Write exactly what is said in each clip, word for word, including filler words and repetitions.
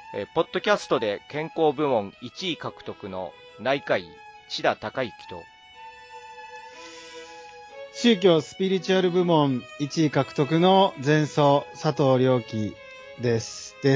えーポッドキャストで健康部門いちい獲得の内科医、千田孝之と、 宗教スピリチュアル部門いちい獲得の前奏佐藤良樹です。です。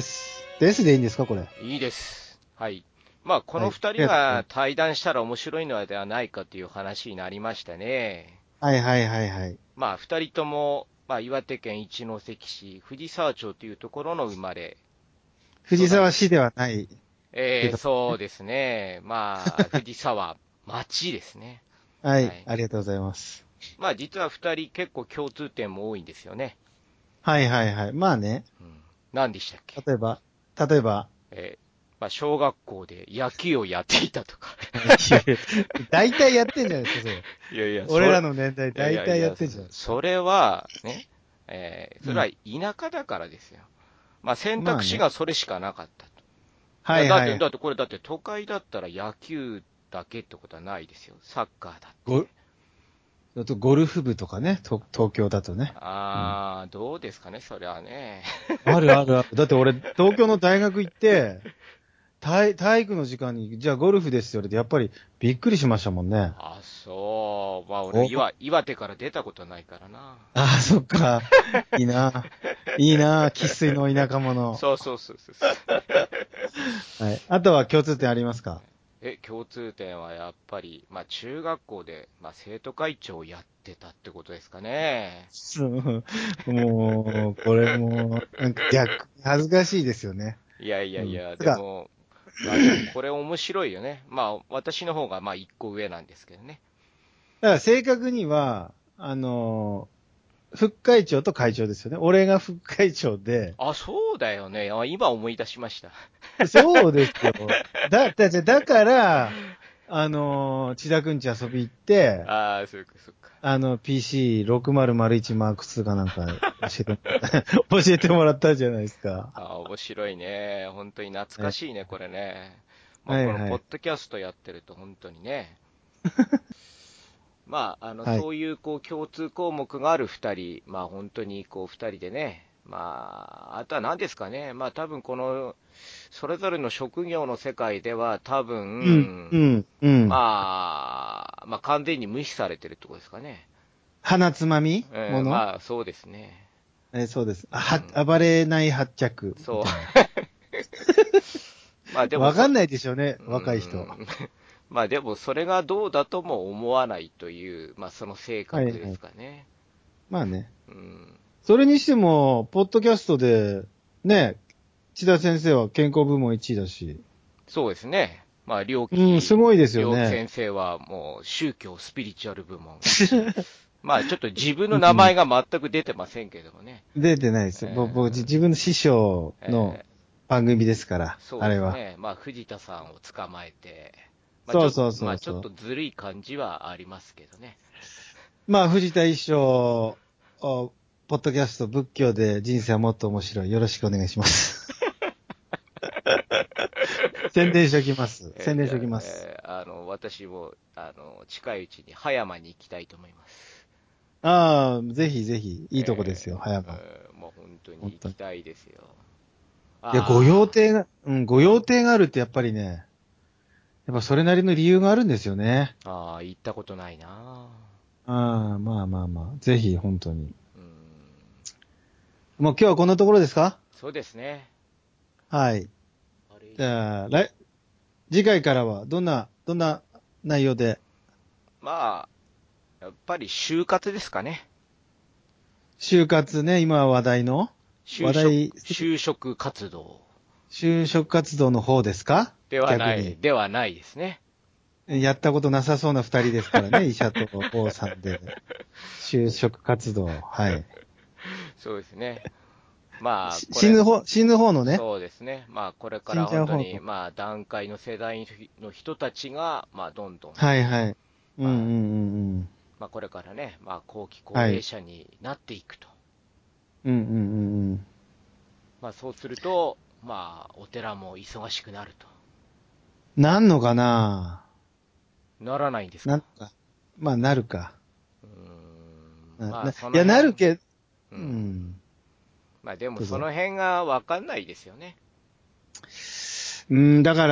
ですでいいんですかこれ。 いいです。はい。まあ、こはい。 の二人が対談したら面白いのではないかという話になりましたね。 はいはいはいはい。 まあ、二人とも、まあ、岩手県一関市藤沢町というところの生まれ、 藤育沢市ではないってえー、 いうこと。 そうですね。まあ、藤沢町ですね。 はい。 はい。 ありがとうございます。 まあ、実は二人結構共通点も多いんですよね。 はいはいはい。まあね。 うん。何でしたっけ？ 例えば、例えば、 えー、まあ、小学校で野球をやっていたとか。 いやいや大体やってんじゃないですか、それ。 いやいや、それ、 俺らの年代いやい大体やっやいや、そてんじゃないですか。 それは、ね、えー、それはうん。 田舎だからですよ。まあ、選択肢まあね。 がそれしかなかったと。いや、だって、 はいはい。 だってこれだって都会だったら野球だけってことはないですよ。サッカーだって。 ゴ、あとゴルフ部とかね、と東京だとね。うん。 あー、どうですかね、それはね。 あるあるある。だって俺、東京の大学行って、体、体育の時間に、じゃあゴルフですよって言われて、やっぱりびっくりしましたもんね。 あ、そう。まあ、俺、 お、 岩、岩手から出たことないからな。 ああ、そっか。いいな。いいな。生粋の田舎者。 そうそうそうそうそう。 はい。あとは共通点ありますか？ え、共通点はやっぱり、まあ、中学校で、まあ、生徒会長をやってたってことですかね。 そう。もう、これもう、なんか逆、恥ずかしいですよね。 いやいやうん。 いや、 つか、 でも、まあでもこれ面白いよね。まあ私の方がまあ一個上なんですけどね。 だから正確には、あの、副会長と会長ですよね。俺が副会長で、 あ、そうだよね。あ、今思い出しました。 そうですよ。だ、だ、じゃだから、あの、千田くんち遊び行って、 ああ、そうかそうか。 あの、ピーシーろくまるまるいちマークツーかなんか教えてもらった、教えてもらったじゃないですか。 ああ、面白いね。本当に懐はい。 かしいね、これね。まあこのポッはいはい。 ドキャストやってると本当にね。まあ、あの、 はい。 そういうこう共通項目がある二人、まあ本当にこう二人でね。まあ、あとは何ですかね。まあ多分この、それぞれの職業の世界では多うん、う分、 ん、うん。 まあ、まあ完全に無視されてるってことですかね。 鼻つまみえー、 ものまあそうですね。 え、そうです。 うは、 ん。 暴れない発着みそう。 たいな。 まあでもそ、 わかんないでしょうね、 うー若い人。 ん。まあでもそれがどうだとも思わないという、まあその性格ですはいはい。 かね。 まあね。 うん。 それにしても、ポッドキャストで、ね、千田先生は健康部門いちいだし。 そうですね。まあ、良うん、す樹、 ごいですよね。 良樹先生はもう宗教スピリチュアル部門いちい。まあちょっと自分の名うん、 前が全く出てませんけどもね。 出てないです。ぼ僕、 え自分の師匠ーのえ番組ですから、 ーそうあれは。 ですね。まあ藤田さんを捕まえて、まあちょっと、 そうそうまあちょっそうそう。 とずるい感じはありますけどね。 まあ、藤田一生、おポッドキャスト仏教で人生はもっと面白い。よろしくお願いします。宣伝しておきます。宣伝しておえーじゃあ、 きます。 えーあの、私も、あの、近いうちに葉山に行きたいと思います。 ああ、ぜひぜひ、いいとこですよ、 えー葉山。 えーもう本当に本当に。 行きたいですよ。 いや、御用あ邸が、うん、御用邸があるってやっぱりね、やっぱそれなりの理由があるんですよね。 あ、ああ、行ったことないな。 ああ、まあまあまあ、ぜひ、本当に。 うん、 もう今日はこんなところですか？ そうですね。 はい。 あれ、 じゃあ、来、次回からは、どんな、どんな内容で、 まあ、やっぱり就活ですかね。 就活ね、今話題の就職、 話題、 就職活動就職活動の方ですか？ ではない、 逆に。 ではないですね。 やったことなさそうな二人ですからね、医者と王さんで。就職活動。はい。 そうですね。まあ、これ、 し死ぬ方、死ぬ方のね。 そうですね。まあ、これか死んら本当に、 じゃう方の。 まあ、段階の世代の人たちが、まあ、どんどんね、 はいはい。うんうんまあ、 うんうん。 まあ、これからね、まあ、後期高はい。 齢者になっていくと。 うんうんうんうん。 まあ、そうすると、まあ、お寺も忙しくなると。 なんのかな？ ならないんですか？ なんか。まあ、なるか。 うーん、 な、 まあ、 な、いや、なその辺、 るけど、 うん。 うん。 まあ、でもどうぞ。 その辺がわかんないですよね。 うん、だから、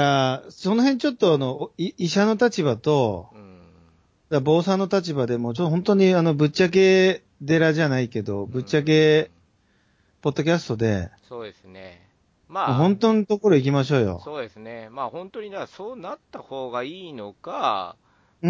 その辺ちょっとあの、い医者の立場と、 うん。 だ坊さんの立場でも、ちょっと本当にあの、ぶっちゃけ寺じゃないけど、 うぶっちゃけ、 ん。 ポッドキャストで、 そうですね。まあ、 もう本当のところ行きましょうよ。 そうですね。まあ本当にだからそうなった方がいいのか、 うん。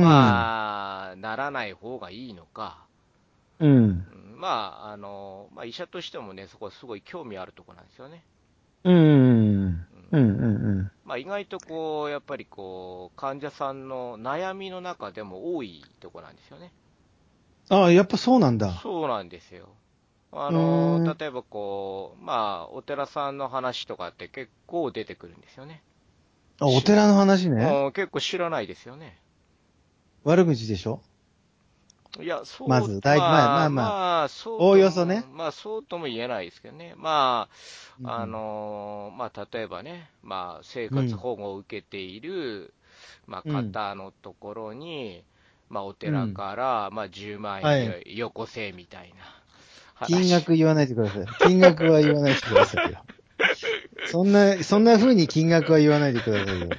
まあ、ならない方がいいのか。 うん。 うん、まあ、あの、まあ医者としてもね、そこはすごい興味あるところなんですよね。 うん。うん。 うん、 うん。うん。 まあ意外とこう、やっぱりこう、患者さんの悩みの中でも多いところなんですよね。 ああ、やっぱそうなんだ。 そうなんですよ。あうの、 ーん。 例えばこう、まあ、お寺さんの話とかって結構出てくるんですよね。 あ、おし、 寺の話ね。 うん、結構知らないですよね。 悪口でしょ？ いや、そう、 まず、だい、まあままあ、 あまあ、 まあ、そうおおとも、 よそね。 まあ、そうとも言えないですけどね。まあ、あうん。 の、まあ、例えばね、まあ、生活うん。 保護を受けている、まあ、 うん。 方のところに、まあ、お寺うん。 から、まあ、じゅうまん円よはい。 よこせ、みたいな金話。 額言わないでください。金額は言わないでくださいよ。そんな、そんな風に金額は言わないでくださいよ。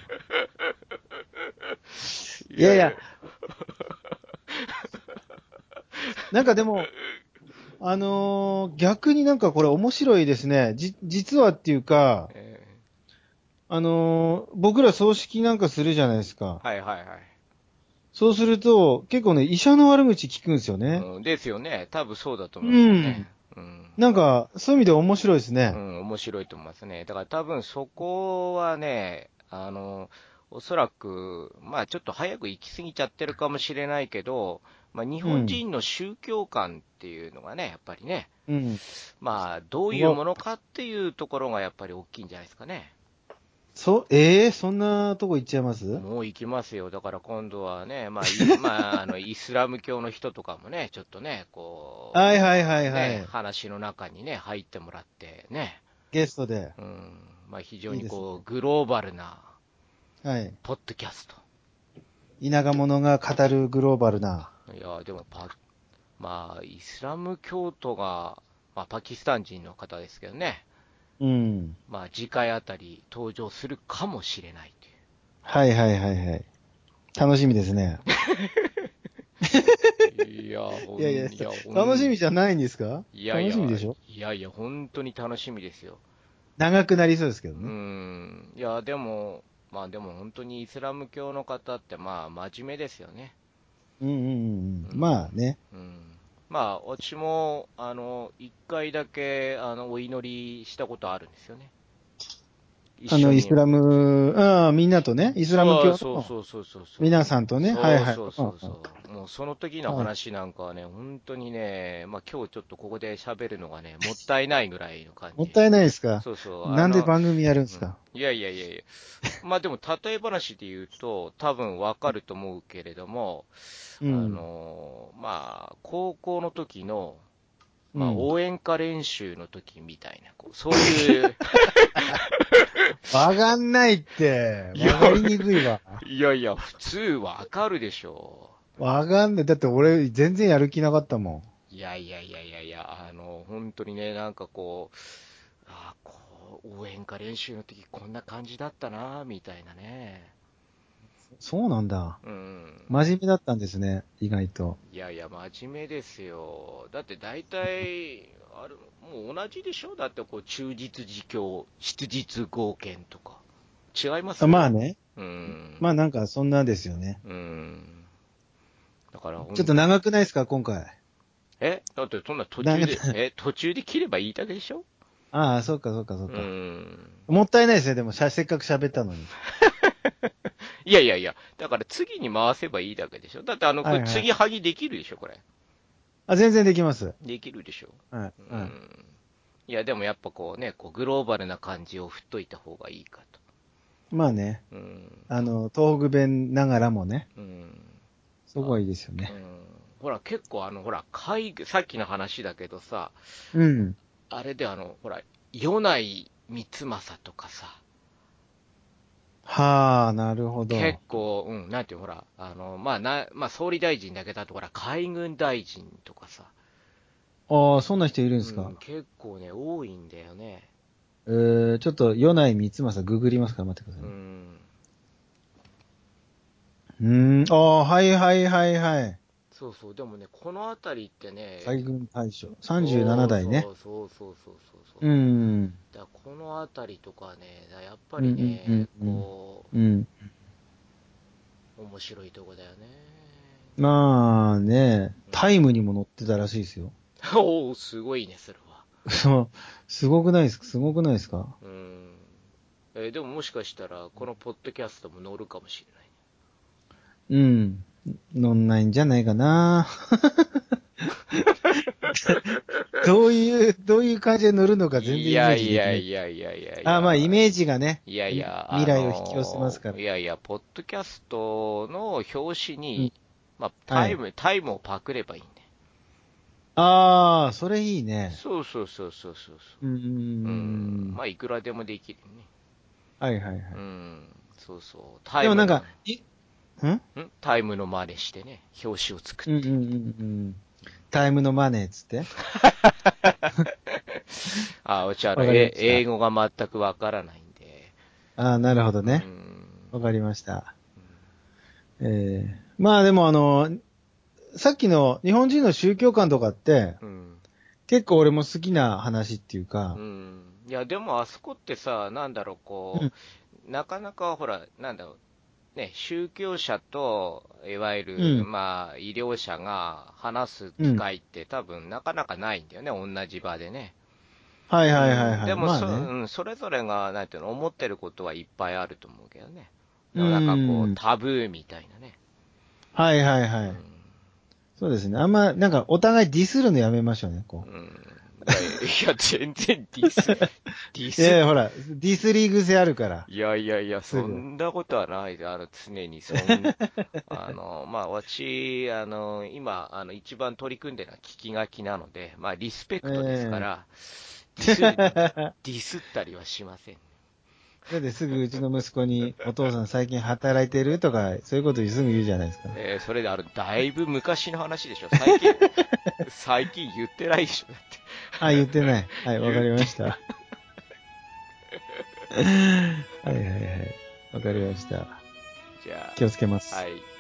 いやいや、 いやいや、なんかでも、あのー逆になんかこれ面白いですね。じ、実はっていうか、 えあのー僕ら葬式なんかするじゃないですか。 ーはいはいはい。 そうすると、結構ね、医者の悪口聞くんですよね。 うん、ですよね。多分そうだと思いますよね。 うん。 うん。 なんか、そういう意味で面白いですね。 うん、面白いと思いますね。だから多分そこはね、あの、おそらく、まあちょっと早く行き過ぎちゃってるかもしれないけど、まあ日うん。 本人の宗教観っていうのがね、やっぱりね、 うん。 まあどういうわ、 ものかっていうところがやっぱり大きいんじゃないですかね。 そ、ええー、そんなとこ行っちゃいます？ もう行きますよ。だから今度はね、まあ、い、まあ、あの、イスラム教の人とかもね、ちょっとね、 はいはいはこう、ね、 いはい。 話の中にね、入ってもらってね、 ゲストで。 うん、まあ、非常いいですね。 にこう、グローバルな、 はい。 ポッドキャスト。 田舎者が語るグローバルな。 いや、でもパ、まあ、イスラム教徒が、まあ、パキスタン人の方ですけどね、 うん。 まあ、次回あたり登場するかもしれないという。 はいはいはいはい。楽しみですね。 いや、ほいやいや、 ん、いや、ほ楽しん、 みじゃないんですか？ いやいや、 楽しみでしょ？ いやいや、本当に楽しみですよ。 長くなりそうですけどうーね。 ん、いや、でも、まあでも本当にイスラム教の方ってまあ真面目ですよね。 うんうんうんうん。 うん。 まあね。 うん。まあ、私も、あの、一回だけ、あの、お祈りしたことあるんですよね。一あの、イ緒に。 スラム、ああ、みんなとね、イスラムそう教のそうそうそうそうそう。 皆さんとね、はいはい。 そうそううんうんそうそう。もうその時のはい。 話なんかはね、本当にね、まあ今日ちょっとここで喋るのがね、もったいないぐらいの感じ。 もったいないですか？ そうそう。あなんでの、 番組やるんですうん。 か？ いやいやいやいや。まあでも、例え話で言うと、多分わかると思うけれども、あうん。 のまあ、高校の時の、まあ、 うん。 応援歌練習の時みたいな、こう、そういうわかんないって。 いや、 わかりにくいわ。 いやいや、普通わかるでしょわかんない。だって俺、全然やる気なかったもう。いやいやいやいやいや、あの、本当にね、なんかこう、あこう、応援歌練習の時こんな感じだったな、みたいなね。 ん。そうなんだ。 うん。 真面目だったんですね、意外と。 いやいや、真面目ですよ。だって大体、あれ、もう同じでしょだってこう、忠実自供、質実合憲とか。違いまあ、 すまあね。 うん。 まあなんかそんなですよね。 うん。だからほん、 ちょっと長くないですか、今回。 えだってそんな途中長で、え途中で切ればいいだけでしょああ、そうかそうかそううか。 ん。 もったいないですね、でもしゃ、せっかく喋ったのに。 いやいやいや、だから次に回せばいいだけでしょだってあの、これはいはい。 継ぎはぎできるでしょこれ。 あ、全然できます。 できるでしょはい、 うはい。 ん。いや、でもやっぱこうね、こうグローバルな感じを振っといた方がいいかと。 まあね。 うん。 あの、東北弁ながらもね。 うん。あ、 そこはいいですよね。 うん。ほら、結構あの、ほら、海さっきの話だけどさ、 うん。 あれであの、ほら、米内光政とかさ、 はあ、なるほど。 結構、うん、なんていうのほら、あの、まあ、な、まあ、総理大臣だけだと、ほら、海軍大臣とかさ、 ああ、そんな人いるんですか？ うん、結構ね、多いんだよね。 えー、ちょっと、米内光政ググりますから待ってくださういね。 ん。 うーん、ああ、はいはいはいはい。 そうそう。でもね、この辺りってね、 海軍大将。さんじゅうななそう代ね。 そうそうそうそうそうそう。 うーん。 だからこの辺りとかね、だやっぱうんうりんうんね、 うん。 こうん。 う、面白いとこだよね。 まあね、 うん。 タイムにも載ってたらしいですよ。 おお、すごいね、それは。 そう、すごくないですかすごくないですか？ うん。えーでももしかしたら、このポッドキャストも乗るかもしれない。 うん。乗んないんじゃないかな。どういう、どういう感じで乗るのか全然イメージいやいできない。 やいやいやいやいあ、まあ、イや、 メージがね、 いやいや、 未あ来を引き寄せますから。 のいやいや、ポッドキャストの表紙うん。 に、まあ、タはい。 イム、タイムをパクればいいんで。 ああ、それいいね。 そうそうそうそうそううん、うん、 そう。ううん。 ん。 まあ、いくらでもできるね。 はいはいはい。 うん。そうそう。タイムの、 でもなんか、い、んんタイムの真似してね、表紙を作っうんうんうて。 んうん。タイムのマネーっつって。 あ、うちあの、 わかりまえ、 した。 英語が全くわからないんで。 ああ、なるほどうね。 ん。 わかりました。ええまあでもあの、さっきの日本人の宗教観とかって、 うん。 結構俺も好きな話っていうか、 うん。いや、でもあそこってさ、なんだろう、こうん、 う、なかなかほら、なんだろう、ね、宗教者と、いわゆる、 うん、 まあ、医療者が話す機うん。 会って多分なかなかないんだよね、同じ場でね。 はいうはいはいん。 はい。 でも、そ、 まあね。 うん、それぞれが、なんていうの、思ってることはいっぱいあると思うけどね。 うでもなんかこう、 ん。 タブーみたいなね。 はいはいうん。 はい。そうですね。あんま、なんかお互いディスるのやめましょうね、こう。 うん。いやいや、いや全然ディス、ディスっいやいや、ほら、ディスリーグ癖あるから、 いやいやいや、そすぐ。 んなことはないで、あの、常に、そん、あの、まあ、私、あの、今、あの、一番取り組んでるのは聞き書きなので、まあ、リスペクトですかえら、ディスる、 えディスったりはしません。 だってすぐうちの息子に、お父さん最近働いてるとか、そういうことすぐ言うじゃないですか。 えーそれである、だいぶ昔の話でしょ。最近、最近言ってないでしょ。だって。 あ、言ってない。はい、わかりま言って、 した。はいはいはい。わかりました。 じゃ気をつけまあ、はす。 い。